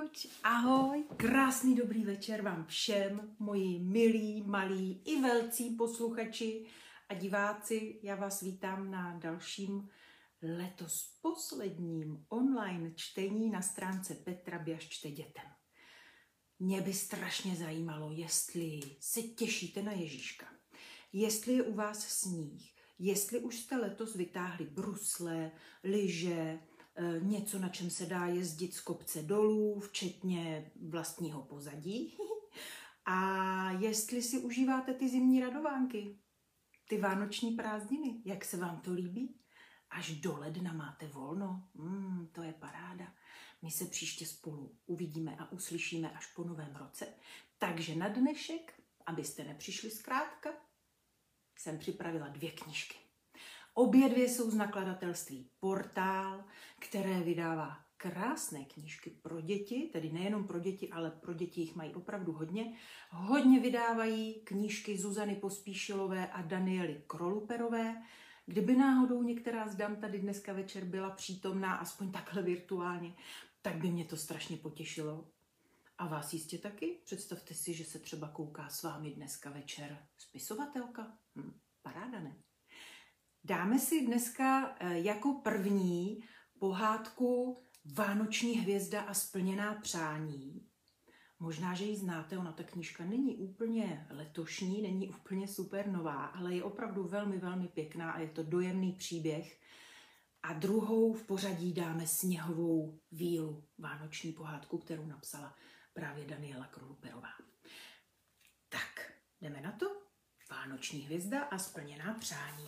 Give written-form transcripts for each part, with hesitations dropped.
Čauč, ahoj, krásný dobrý večer vám všem, moji milí, malí i velcí posluchači a diváci. Já vás vítám na dalším letos posledním online čtení na stránce Petra Běž čte dětem. Mě by strašně zajímalo, jestli se těšíte na Ježíška, jestli je u vás sníh, jestli už jste letos vytáhli brusle, lyže, něco, na čem se dá jezdit z kopce dolů, včetně vlastního pozadí. A jestli si užíváte ty zimní radovánky, ty vánoční prázdniny, jak se vám to líbí? Až do ledna máte volno, to je paráda. My se příště spolu uvidíme a uslyšíme až po novém roce. Takže na dnešek, abyste nepřišli zkrátka, jsem připravila 2 knížky. Obě 2 jsou z nakladatelství Portál, které vydává krásné knížky pro děti, tedy nejenom pro děti, ale pro děti jich mají opravdu hodně. Hodně vydávají knížky Zuzany Pospíšilové a Daniely Kroluperové. Kdyby náhodou některá z dam tady dneska večer byla přítomná, aspoň takhle virtuálně, tak by mě to strašně potěšilo. A vás jistě taky? Představte si, že se třeba kouká s vámi dneska večer spisovatelka. Paráda, ne? Dáme si dneska jako první pohádku Vánoční hvězda a splněná přání. Možná, že ji znáte, ona ta knížka není úplně letošní, není úplně super nová, ale je opravdu velmi, velmi pěkná a je to dojemný příběh. A druhou v pořadí dáme Sněhovou vílu, vánoční pohádku, kterou napsala právě Daniela Kroluperová. Tak, jdeme na to? Vánoční hvězda a splněná přání.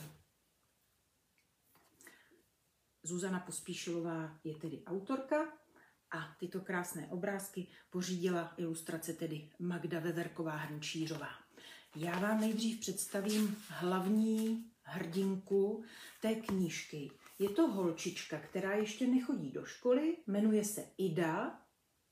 Zuzana Pospíšilová je tedy autorka a tyto krásné obrázky pořídila ilustrace tedy Magda Veverková Hrnčířová. Já vám nejdřív představím hlavní hrdinku té knížky. Je to holčička, která ještě nechodí do školy, jmenuje se Ida.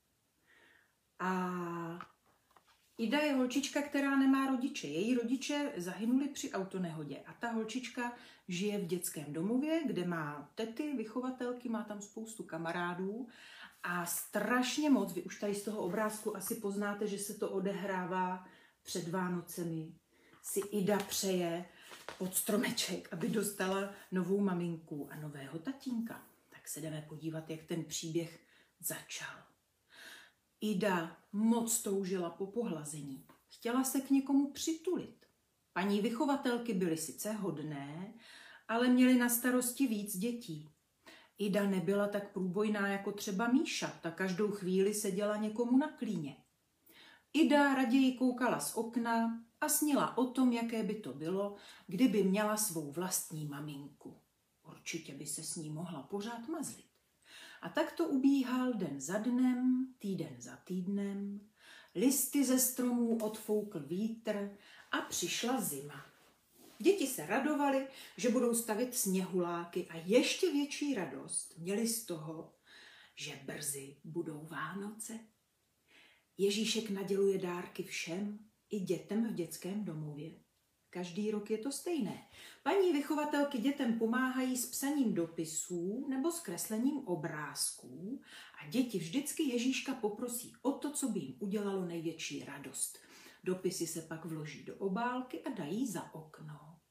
A Ida je holčička, která nemá rodiče. Její rodiče zahynuli při autonehodě a ta holčička žije v dětském domově, kde má tety, vychovatelky, má tam spoustu kamarádů a strašně moc, vy už tady z toho obrázku asi poznáte, že se to odehrává před Vánocemi, si Ida přeje pod stromeček, aby dostala novou maminku a nového tatínka. Tak se jdeme podívat, jak ten příběh začal. Ida moc toužila po pohlazení. Chtěla se k někomu přitulit. Paní vychovatelky byly sice hodné, ale měly na starosti víc dětí. Ida nebyla tak průbojná jako třeba Míša, ta každou chvíli seděla někomu na klíně. Ida raději koukala z okna a snila o tom, jaké by to bylo, kdyby měla svou vlastní maminku. Určitě by se s ní mohla pořád mazlit. A tak to ubíhal den za dnem, týden za týdnem, listy ze stromů odfoukl vítr a přišla zima. Děti se radovaly, že budou stavět sněhuláky a ještě větší radost měli z toho, že brzy budou Vánoce. Ježíšek naděluje dárky všem, i dětem v dětském domově. Každý rok je to stejné. Paní vychovatelky dětem pomáhají s psaním dopisů nebo s kreslením obrázků a děti vždycky Ježíška poprosí o to, co by jim udělalo největší radost. Dopisy se pak vloží do obálky a dají za okno.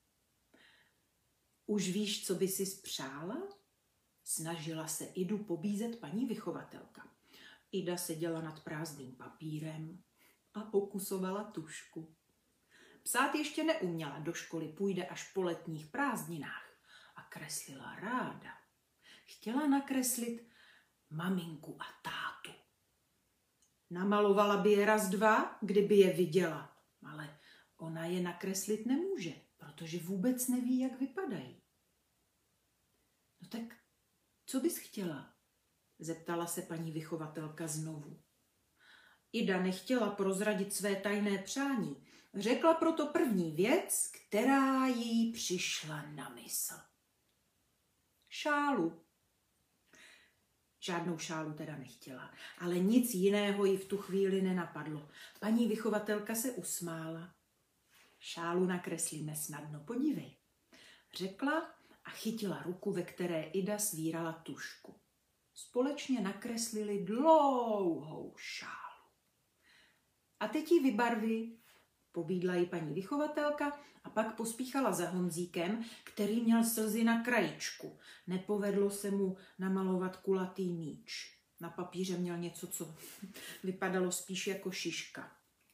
Už víš, co by si spřála? Snažila se Idu pobízet paní vychovatelka. Ida seděla nad prázdným papírem a pokusovala tužku. Psát ještě neuměla, do školy půjde až po letních prázdninách a kreslila ráda. Chtěla nakreslit maminku a tátu. Namalovala by je raz, dva, kdyby je viděla, ale ona je nakreslit nemůže, protože vůbec neví, jak vypadají. No tak, co bys chtěla? Zeptala se paní vychovatelka znovu. Ida nechtěla prozradit své tajné přání. Řekla proto první věc, která jí přišla na mysl. Šálu. Žádnou šálu teda nechtěla, ale nic jiného jí v tu chvíli nenapadlo. Paní vychovatelka se usmála. Šálu nakreslíme snadno, podívej, řekla a chytila ruku, ve které Ida svírala tužku. společně nakreslili dlouhou šálu. A teď ji vybarví, pobídla ji paní vychovatelka a pak pospíchala za Honzíkem, který měl slzy na krajičku. Nepovedlo se mu namalovat kulatý míč. Na papíře měl něco, co vypadalo spíš jako šiška.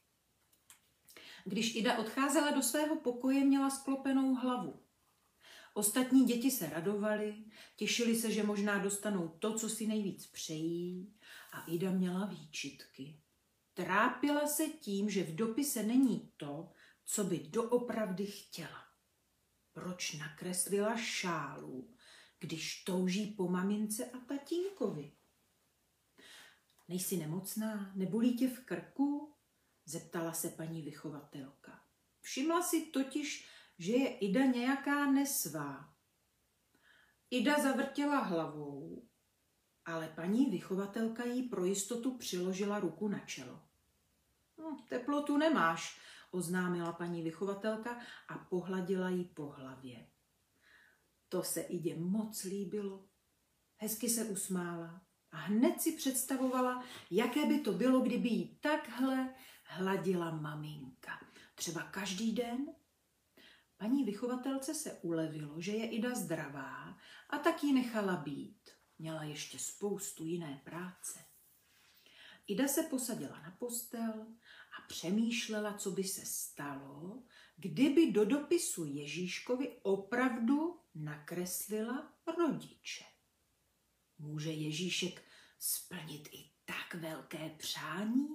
Když Ida odcházela do svého pokoje, měla sklopenou hlavu. Ostatní děti se radovaly, těšili se, že možná dostanou to, co si nejvíc přejí, a Ida měla výčitky. Trápila se tím, že v dopise není to, co by doopravdy chtěla. Proč nakreslila šálu, když touží po mamince a tatínkovi? Nejsi nemocná? Nebolí tě v krku? Zeptala se paní vychovatelka. Všimla si totiž, že je Ida nějaká nesvá. Ida zavrtěla hlavou, ale paní vychovatelka jí pro jistotu přiložila ruku na čelo. Teplotu nemáš, oznámila paní vychovatelka a pohladila jí po hlavě. To se Idě moc líbilo. Hezky se usmála a hned si představovala, jaké by to bylo, kdyby jí takhle hladila maminka. Třeba každý den. Paní vychovatelce se ulevilo, že je Ida zdravá, a tak ji nechala být. Měla ještě spoustu jiné práce. Ida se posadila na postel a přemýšlela, co by se stalo, kdyby do dopisu Ježíškovi opravdu nakreslila rodiče. Může Ježíšek splnit i tak velké přání?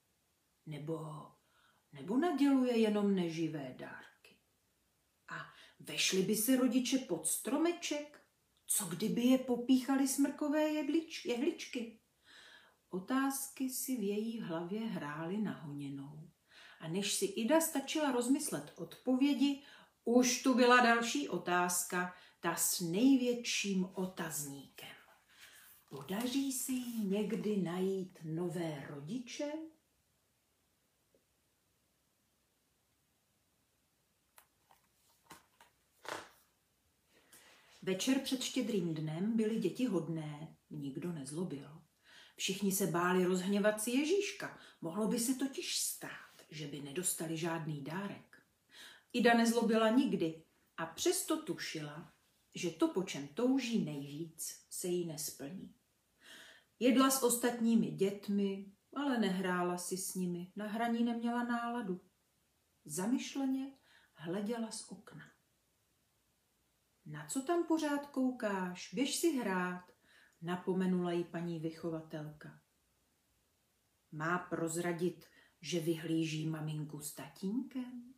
Nebo naděluje jenom neživé dárky? A vešli by se rodiče pod stromeček? Co kdyby je popíchaly smrkové jehličky? Otázky si v její hlavě hrály na honěnou. A než si Ida stačila rozmyslet odpovědi, už tu byla další otázka, ta s největším otazníkem. Podaří se jí někdy najít nové rodiče? Večer před Štědrým dnem byly děti hodné, nikdo nezlobil. Všichni se báli rozhněvat si Ježíška, mohlo by se totiž stát, že by nedostali žádný dárek. Ida nezlobila nikdy a přesto tušila, že to, po čem touží nejvíc, se jí nesplní. Jedla s ostatními dětmi, ale nehrála si s nimi, na hraní neměla náladu. Zamyšleně hleděla z okna. Na co tam pořád koukáš? Běž si hrát, napomenula jí paní vychovatelka. Má prozradit, že vyhlíží maminku s tatínkem?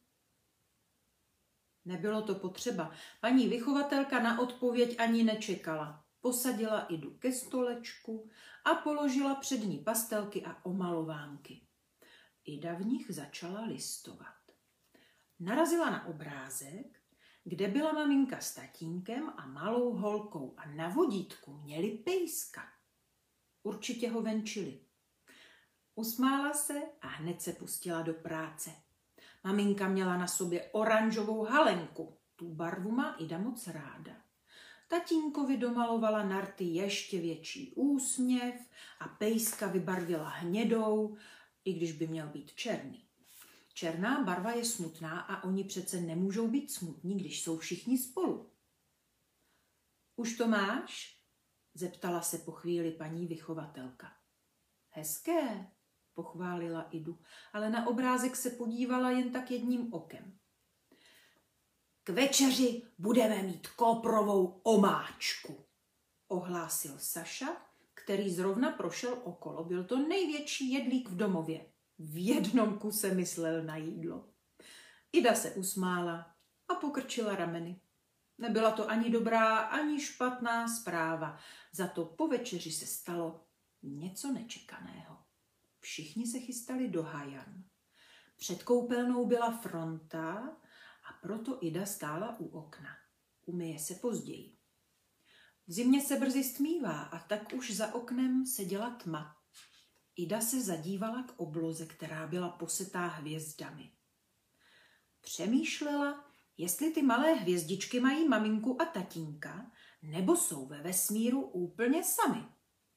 Nebylo to potřeba. Paní vychovatelka na odpověď ani nečekala. Posadila Idu ke stolečku a položila před ní pastelky a omalovánky. Ida v nich začala listovat. Narazila na obrázek, kde byla maminka s tatínkem a malou holkou a na vodítku měli pejska. Určitě ho venčili. Usmála se a hned se pustila do práce. Maminka měla na sobě oranžovou halenku. Tu barvu má Ida moc ráda. Tatínkovi domalovala na rty ještě větší úsměv a pejska vybarvila hnědou, i když by měl být černý. Černá barva je smutná a oni přece nemůžou být smutní, když jsou všichni spolu. Už to máš? Zeptala se po chvíli paní vychovatelka. Hezké, pochválila Idu, ale na obrázek se podívala jen tak jedním okem. K večeři budeme mít koprovou omáčku, ohlásil Saša, který zrovna prošel okolo. Byl to největší jedlík v domově. V jednom kuse myslel na jídlo. Ida se usmála a pokrčila rameny. Nebyla to ani dobrá, ani špatná zpráva. Za to po večeři se stalo něco nečekaného. Všichni se chystali do hajan. Před koupelnou byla fronta a proto Ida stála u okna. Umyje se později. V zimě se brzy stmívá a tak už za oknem seděla tma. Ida se zadívala k obloze, která byla posetá hvězdami. Přemýšlela, jestli ty malé hvězdičky mají maminku a tatínka, nebo jsou ve vesmíru úplně sami.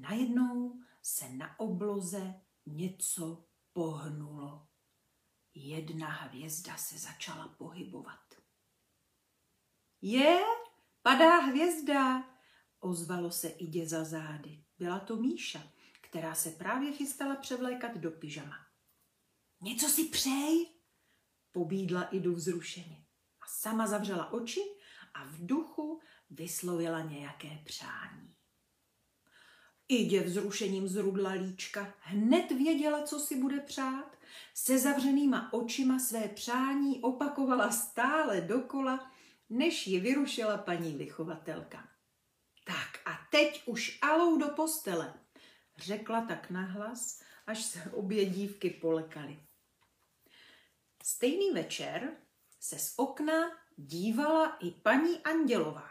Najednou se na obloze něco pohnulo. Jedna hvězda se začala pohybovat. Padá hvězda, ozvalo se Idě za zády. Byla to Míša, která se právě chystala převlékat do pyžama. Něco si přej, pobídla Idu vzrušeně. A sama zavřela oči a v duchu vyslovila nějaké přání. Idě vzrušením zrudla líčka, hned věděla, co si bude přát. Se zavřenýma očima své přání opakovala stále dokola, než ji vyrušila paní vychovatelka. Tak a teď už alou do postele, řekla tak nahlas, až se obě dívky polekaly. Stejný večer se z okna dívala i paní Andělová.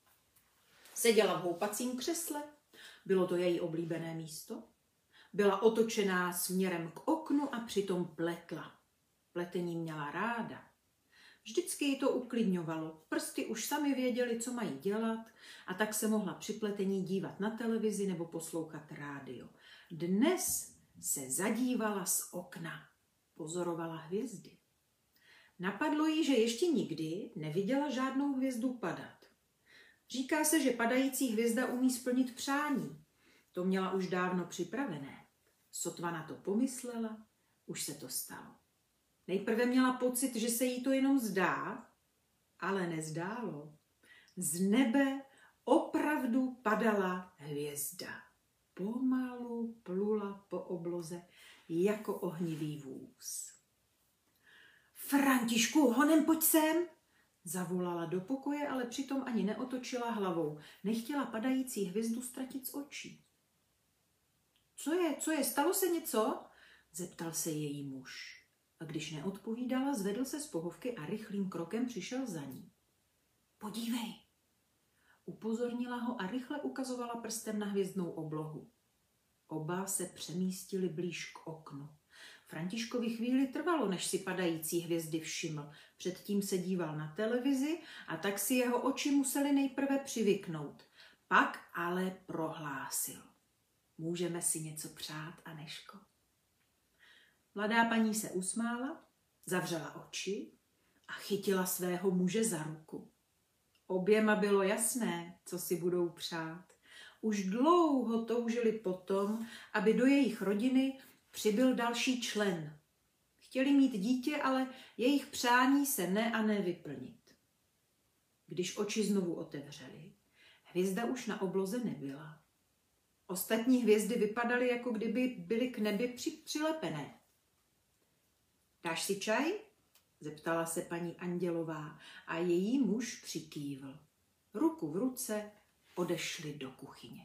Seděla v houpacím křesle, bylo to její oblíbené místo. Byla otočená směrem k oknu a přitom pletla. Pletení měla ráda. Vždycky ji to uklidňovalo. Prsty už sami věděli, co mají dělat, a tak se mohla při pletení dívat na televizi nebo poslouchat rádio. Dnes se zadívala z okna. Pozorovala hvězdy. Napadlo jí, že ještě nikdy neviděla žádnou hvězdu padat. Říká se, že padající hvězda umí splnit přání. To měla už dávno připravené. Sotva na to pomyslela, už se to stalo. Nejprve měla pocit, že se jí to jenom zdá, ale nezdálo. Z nebe opravdu padala hvězda. Pomalu plula po obloze jako ohnivý vůz. Františku, honem pojď sem, zavolala do pokoje, ale přitom ani neotočila hlavou. Nechtěla padající hvězdu ztratit z očí. Co je, stalo se něco? Zeptal se její muž. A když neodpovídala, zvedl se z pohovky a rychlým krokem přišel za ní. Podívej, upozornila ho a rychle ukazovala prstem na hvězdnou oblohu. Oba se přemístili blíž k oknu. Františkovi chvíli trvalo, než si padající hvězdy všiml. Předtím se díval na televizi a tak si jeho oči museli nejprve přivyknout. Pak ale prohlásil. Můžeme si něco přát, Anežko? Mladá paní se usmála, zavřela oči a chytila svého muže za ruku. Oběma bylo jasné, co si budou přát. Už dlouho toužili potom, aby do jejich rodiny přibyl další člen. Chtěli mít dítě, ale jejich přání se ne a ne vyplnit. Když oči znovu otevřeli, hvězda už na obloze nebyla. Ostatní hvězdy vypadaly, jako kdyby byly k nebi přilepené. Dáš si čaj? Zeptala se paní Andělová a její muž přikývl. Ruku v ruce odešli do kuchyně.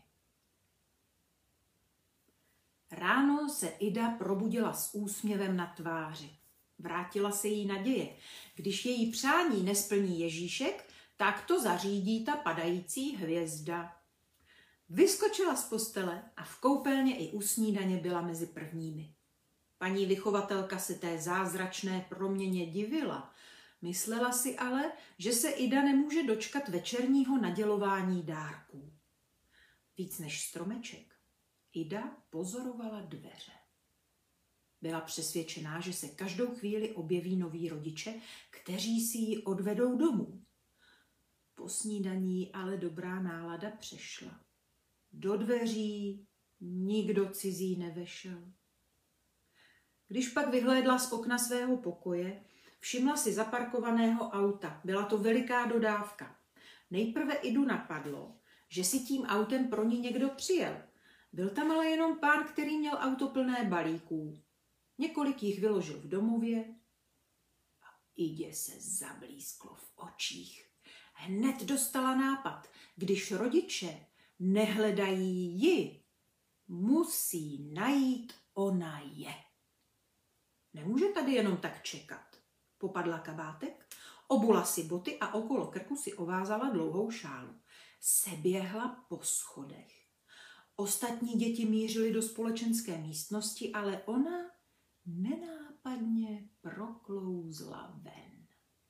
Ráno se Ida probudila s úsměvem na tváři. Vrátila se jí naděje. Když její přání nesplní Ježíšek, tak to zařídí ta padající hvězda. Vyskočila z postele a v koupelně i u snídaně byla mezi prvními. Paní vychovatelka se té zázračné proměně divila. Myslela si ale, že se Ida nemůže dočkat večerního nadělování dárků. Víc než stromeček, Ida pozorovala dveře. Byla přesvědčená, že se každou chvíli objeví noví rodiče, kteří si ji odvedou domů. Po snídaní ale dobrá nálada přešla. Do dveří nikdo cizí nevešel. Když pak vyhlédla z okna svého pokoje, všimla si zaparkovaného auta. Byla to veliká dodávka. Nejprve Idu napadlo, že si tím autem pro ní někdo přijel. Byl tam ale jenom pán, který měl auto plné balíků. Několik jich vyložil v domově a Idě se zablísklo v očích. Hned dostala nápad, když rodiče nehledají ji, musí najít ona je. Nemůže tady jenom tak čekat. Popadla kabátek, obula si boty a okolo krku si ovázala dlouhou šálu. Seběhla po schodech. Ostatní děti mířily do společenské místnosti, ale ona nenápadně proklouzla ven.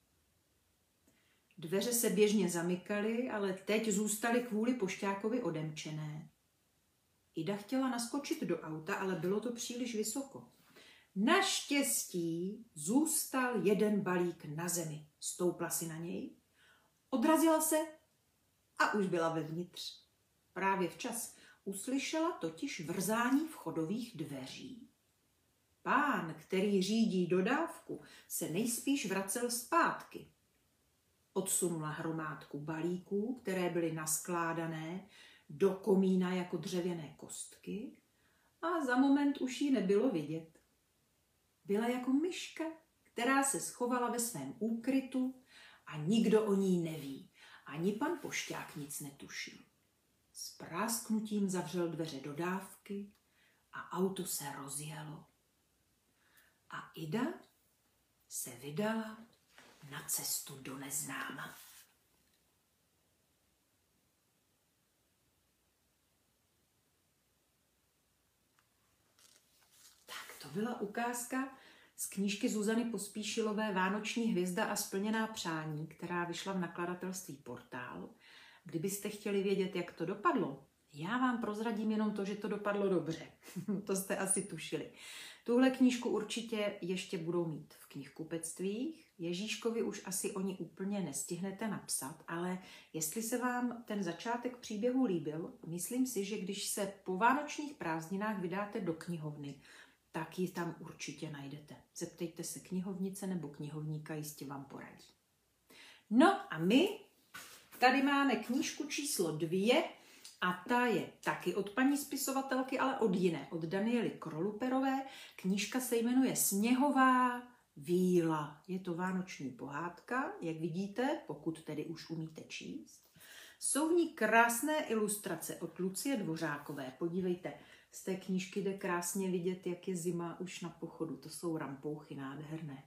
Dveře se běžně zamykaly, ale teď zůstaly kvůli pošťákovi odemčené. Ida chtěla naskočit do auta, ale bylo to příliš vysoko. Naštěstí zůstal jeden balík na zemi. Stoupla si na něj, odrazila se a už byla vevnitř. Právě včas uslyšela totiž vrzání vchodových dveří. Pán, který řídí dodávku, se nejspíš vracel zpátky. Odsunula hromádku balíků, které byly naskládané do komína jako dřevěné kostky a za moment už jí nebylo vidět. Byla jako myška, která se schovala ve svém úkrytu a nikdo o ní neví. Ani pan pošťák nic netuší. S prásknutím zavřel dveře dodávky a auto se rozjelo. A Ida se vydala na cestu do neznáma. Tak to byla ukázka z knížky Zuzany Pospíšilové Vánoční hvězda a splněná přání, která vyšla v nakladatelství Portál. Kdybyste chtěli vědět, jak to dopadlo, já vám prozradím jenom to, že to dopadlo dobře. To jste asi tušili. Tuhle knížku určitě ještě budou mít v knihkupectvích. Ježíškovi už asi oni úplně nestihnete napsat, ale jestli se vám ten začátek příběhu líbil, myslím si, že když se po vánočních prázdninách vydáte do knihovny, tak ji tam určitě najdete. Zeptejte se knihovnice nebo knihovníka, jistě vám poradí. No a my tady máme knížku číslo 2 a ta je taky od paní spisovatelky, ale od jiné, od Daniely Kroluperové. Knížka se jmenuje Sněhová víla. Je to vánoční pohádka, jak vidíte, pokud tedy už umíte číst. Jsou v ní krásné ilustrace od Lucie Dvořákové. Podívejte, z té knížky jde krásně vidět, jak je zima už na pochodu. To jsou rampouchy nádherné.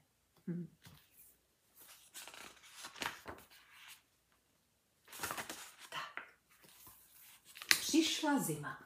Tak. Přišla zima.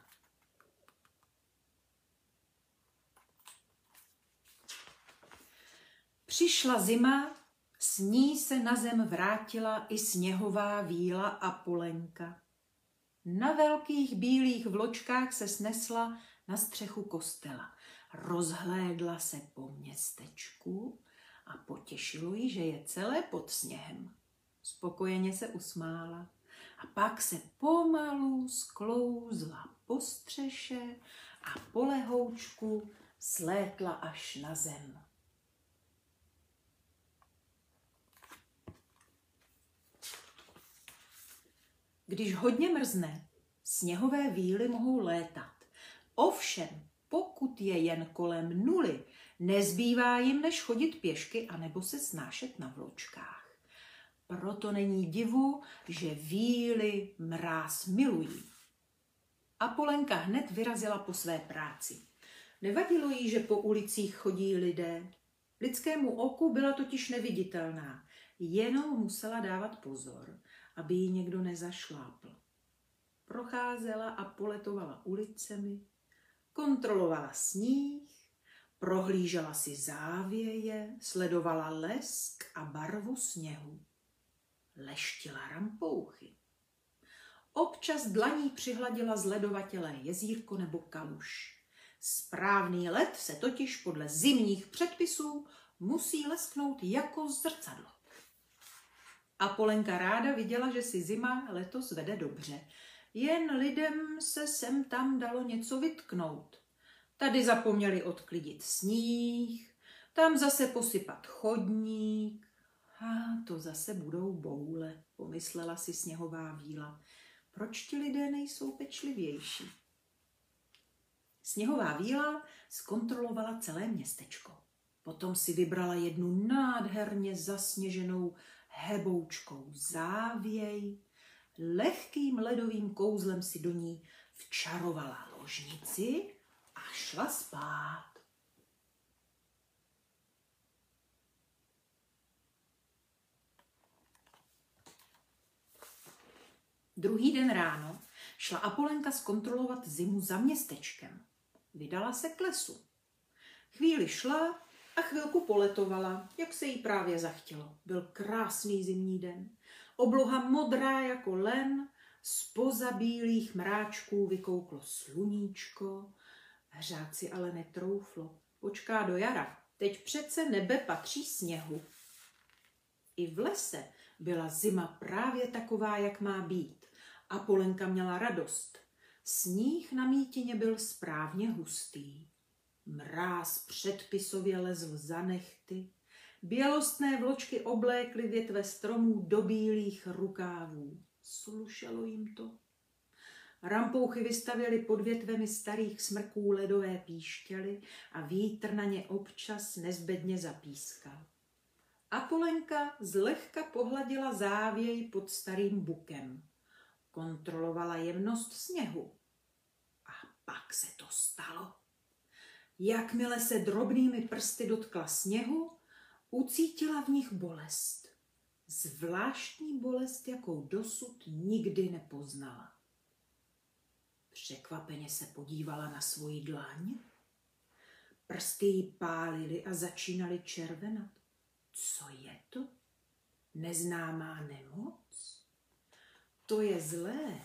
Přišla zima, s ní se na zem vrátila i sněhová víla a polenka. Na velkých bílých vločkách se snesla na střechu kostela. Rozhlédla se po městečku a potěšilo ji, že je celé pod sněhem. Spokojeně se usmála a pak se pomalu sklouzla po střeše a po lehoučku slétla až na zem. Když hodně mrzne, sněhové víly mohou létat. Ovšem, pokud je jen kolem 0, nezbývá jim než chodit pěšky anebo se snášet na vločkách. Proto není divu, že víly mráz milují. A Polenka hned vyrazila po své práci. Nevadilo jí, že po ulicích chodí lidé. Lidskému oku byla totiž neviditelná, jenom musela dávat pozor, aby ji někdo nezašlápl. Procházela a poletovala ulicemi, kontrolovala sníh, prohlížela si závěje, sledovala lesk a barvu sněhu. Leštila rampouchy. Občas dlaní přihladila zledovatělé jezírko nebo kaluž. Správný led se totiž podle zimních předpisů musí lesknout jako zrcadlo. A Polenka ráda viděla, že si zima letos vede dobře. Jen lidem se sem tam dalo něco vytknout. Tady zapomněli odklidit sníh, tam zase posypat chodník. A to zase budou boule, pomyslela si sněhová víla. Proč ti lidé nejsou pečlivější? Sněhová víla zkontrolovala celé městečko. Potom si vybrala jednu nádherně zasněženou heboučkou závěj, lehkým ledovým kouzlem si do ní včarovala ložnici a šla spát. Druhý den ráno šla Apolenka zkontrolovat zimu za městečkem. Vydala se k lesu. Chvíli šla a chvilku poletovala, jak se jí právě zachtělo. Byl krásný zimní den. Obloha modrá jako len, Zpoza bílých mráčků vykouklo sluníčko, hřát si ale netrouflo. Počká do jara, teď přece nebe patří sněhu. I v lese byla zima právě taková, jak má být. Apolenka měla radost. Sníh na mítině byl správně hustý. Mráz předpisově lezl za nehty. Bělostné vločky oblékly větve stromů do bílých rukávů. Slušelo jim to. Rampouchy vystavěly pod větvemi starých smrků ledové píšťaly a vítr na ně občas nezbedně zapískal. Apolenka zlehka pohladila závěj pod starým bukem. Kontrolovala jemnost sněhu. A pak se to stalo. Jakmile se drobnými prsty dotkla sněhu, ucítila v nich bolest. Zvláštní bolest, jakou dosud nikdy nepoznala. Překvapeně se podívala na svoji dlaň. Prsty jí pálily a začínaly červenat. Co je to? Neznámá nemoc? To je zlé.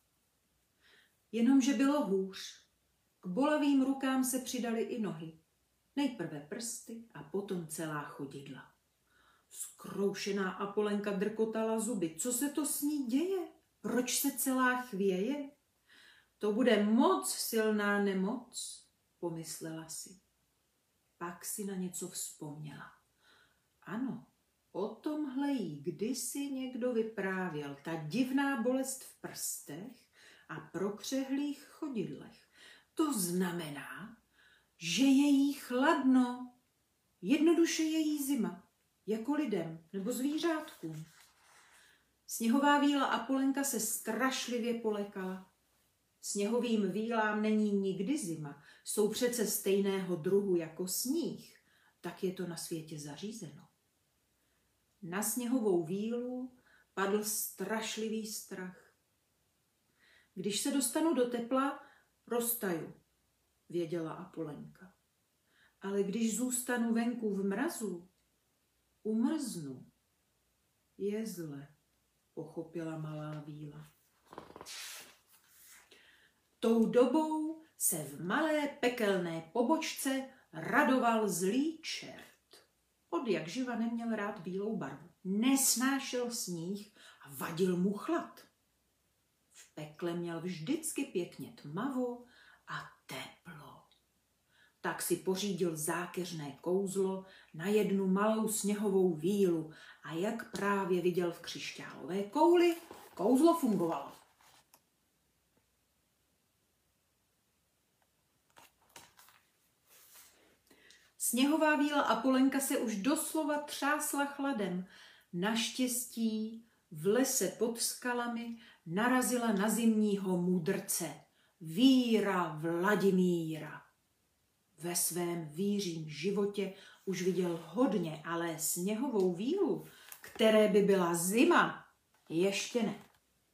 Jenomže bylo hůř. K bolavým rukám se přidaly i nohy. Nejprve prsty a potom celá chodidla. Zkroušená Apolenka drkotala zuby. Co se to s ní děje? Proč se celá chvěje? To bude moc silná nemoc, pomyslela si. Pak si na něco vzpomněla. Ano, o tomhle jí kdysi někdo vyprávěl. Ta divná bolest v prstech a prokřehlých chodidlech. To znamená, že je jí chladno. Jednoduše je jí zima, jako lidem nebo zvířátkům. Sněhová víla Apolenka se strašlivě polekala. Sněhovým vílám není nikdy zima, jsou přece stejného druhu jako sníh, tak je to na světě zařízeno. Na sněhovou vílu padl strašlivý strach. Když se dostanu do tepla, roztaju, věděla Apolenka. Ale když zůstanu venku v mrazu, umrznu. Je zle, pochopila malá víla. Tou dobou se v malé pekelné pobočce radoval zlý čert. Odjakživa neměl rád bílou barvu. Nesnášel sníh a vadil mu chlad. V pekle měl vždycky pěkně tmavo a teplo. Tak si pořídil zákeřné kouzlo na jednu malou sněhovou vílu a jak právě viděl v křišťálové kouli, kouzlo fungovalo. Sněhová víla Apolenka se už doslova třásla chladem. Naštěstí v lese pod skalami narazila na zimního mudrce, víra Vladimíra. Ve svém vířím životě už viděl hodně, ale sněhovou vílu, které by byla zima, ještě ne.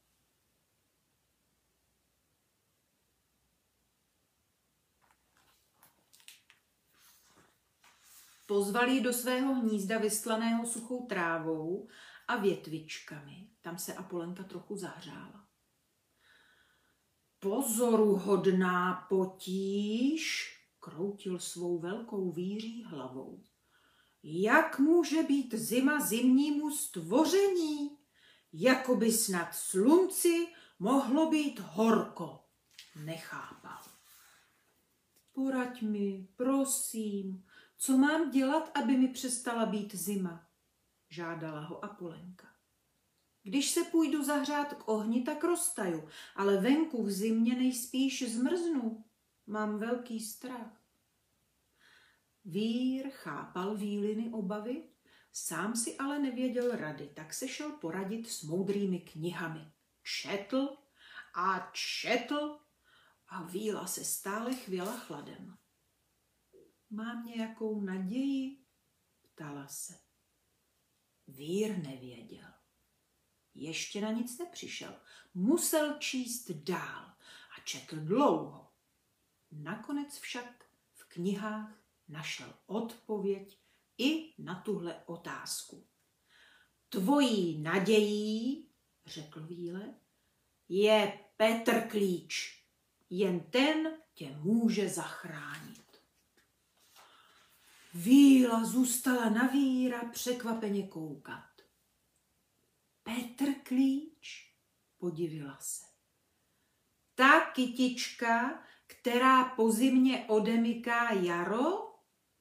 Pozval ji do svého hnízda vystlaného suchou trávou a větvičkami. Tam se Apolenka trochu zahřála. Pozoruhodná potíž, kroutil svou velkou víří hlavou. Jak může být zima zimnímu stvoření? Jakoby snad slunci mohlo být horko. Nechápal. Poraď mi, prosím, co mám dělat, aby mi přestala být zima? Žádala ho Apolenka. Když se půjdu zahřát k ohni, tak roztaju, ale venku v zimě nejspíš zmrznu. Mám velký strach. Vír chápal víliny obavy, sám si ale nevěděl rady, tak se šel poradit s moudrými knihami. Četl a četl a víla se stále chvěla chladem. Mám nějakou naději? Ptala se. Vír nevěděl. Ještě na nic nepřišel. Musel číst dál a četl dlouho. Nakonec však v knihách našel odpověď i na tuhle otázku. Tvojí nadějí, řekl víle, je Petr Klíč. Jen ten tě může zachránit. Víla zůstala na Víra překvapeně koukat. Petr Klíč, podivila se. Ta kytička, která po zimě odemyká jaro?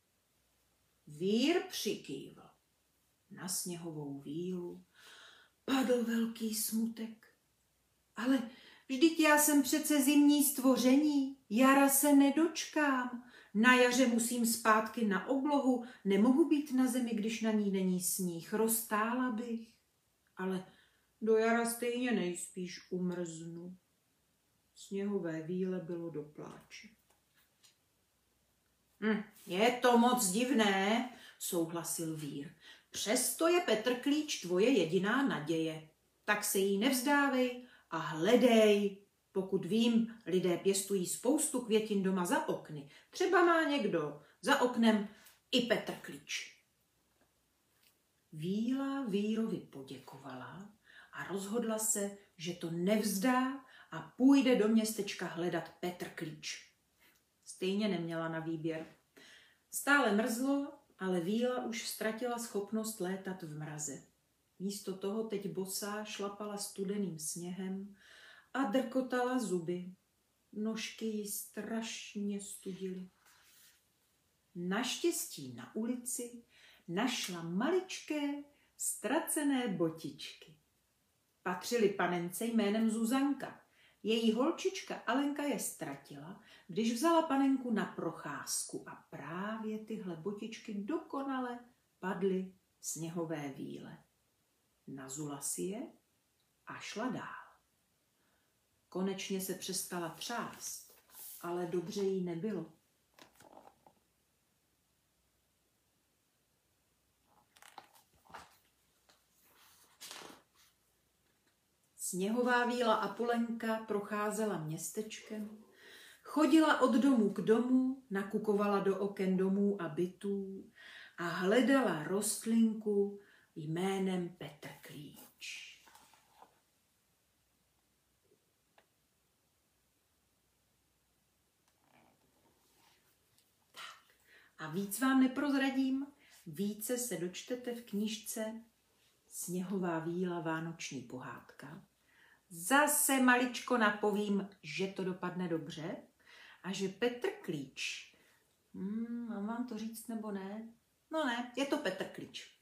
Vír přikývl. Na sněhovou vílu padl velký smutek. Ale vždyť já jsem přece zimní stvoření, jara se nedočkám. Na jaře musím zpátky na oblohu, nemohu být na zemi, když na ní není sníh, roztála bych. Ale do jara stejně nejspíš umrznu. Sněhové víle bylo do pláče. Je to moc divné, souhlasil Vír. Přesto je Petr Klíč tvoje jediná naděje. Tak se jí nevzdávej a hledej. Pokud vím, lidé pěstují spoustu květin doma za okny. Třeba má někdo za oknem i Petr Klíč. Víla Vírovi poděkovala a rozhodla se, že to nevzdá a půjde do městečka hledat Petr Klíč. Stejně neměla na výběr. Stále mrzlo, ale Víla už ztratila schopnost létat v mraze. Místo toho teď bosá šlapala studeným sněhem a drkotala zuby. Nožky ji strašně studily. Naštěstí na ulici našla maličké ztracené botičky. Patřily panence jménem Zuzanka. Její holčička Alenka je ztratila, když vzala panenku na procházku a právě tyhle botičky dokonale padly sněhové víle. Nazula si je a šla dál. Konečně se přestala třást, ale dobře jí nebylo. Sněhová víla Apulenka procházela městečkem, chodila od domu k domu, nakukovala do oken domů a bytů a hledala rostlinku jménem Petr Klíč. Tak, a víc vám neprozradím, více se dočtete v knížce Sněhová víla vánoční pohádka. Zase maličko napovím, že to dopadne dobře a že Petr Klíč, mám vám to říct nebo ne? No ne, je to Petr Klíč.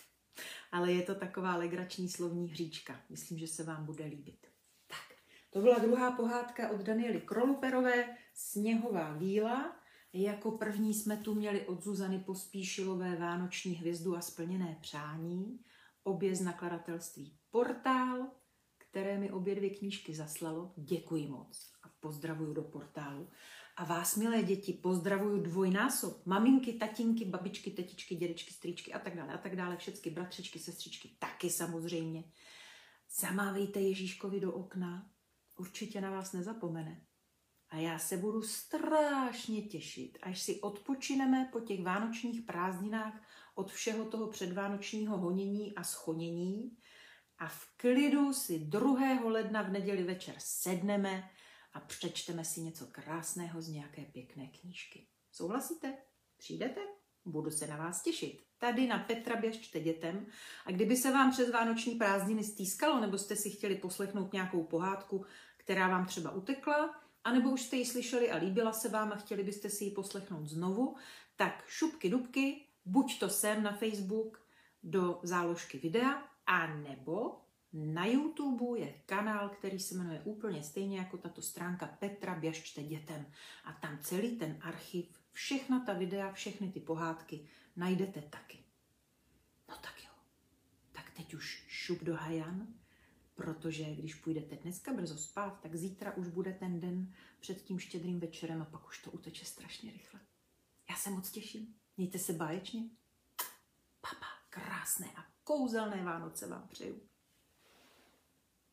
Ale je to taková legrační slovní hříčka. Myslím, že se vám bude líbit. Tak, to byla druhá pohádka od Daniely Kroluperové, Sněhová víla. Jako první jsme tu měli od Zuzany Pospíšilové Vánoční hvězdu a splněné přání. Obě z nakladatelství Portál, které mi obě dvě knížky zaslalo. Děkuji moc a pozdravuju do Portálu. A vás, milé děti, pozdravuju dvojnásob. Maminky, tatínky, babičky, tetičky, dědečky, strýčky a tak dále. Všechny bratřičky, sestřičky, taky samozřejmě. Zamávejte Ježíškovi do okna, určitě na vás nezapomene. A já se budu strašně těšit, až si odpočineme po těch vánočních prázdninách od všeho toho předvánočního honění a schonění a v klidu si 2. ledna v neděli večer sedneme a přečteme si něco krásného z nějaké pěkné knížky. Souhlasíte? Přijdete? Budu se na vás těšit. Tady na Petra Běž čte dětem. A kdyby se vám přes vánoční prázdniny stýskalo, nebo jste si chtěli poslechnout nějakou pohádku, která vám třeba utekla, anebo už jste ji slyšeli a líbila se vám a chtěli byste si ji poslechnout znovu, tak šupky dubky, buď to sem na Facebook do záložky videa, a nebo na YouTube je kanál, který se jmenuje úplně stejně jako tato stránka Petra Běž čte dětem. A tam celý ten archiv, všechna ta videa, všechny ty pohádky najdete taky. No tak jo, tak teď už šup do hajan, protože když půjdete dneska brzo spát, tak zítra už bude ten den před tím štědrým večerem a pak už to uteče strašně rychle. Já se moc těším. Mějte se báječně. Papa, krásné a kouzelné Vánoce vám přeju.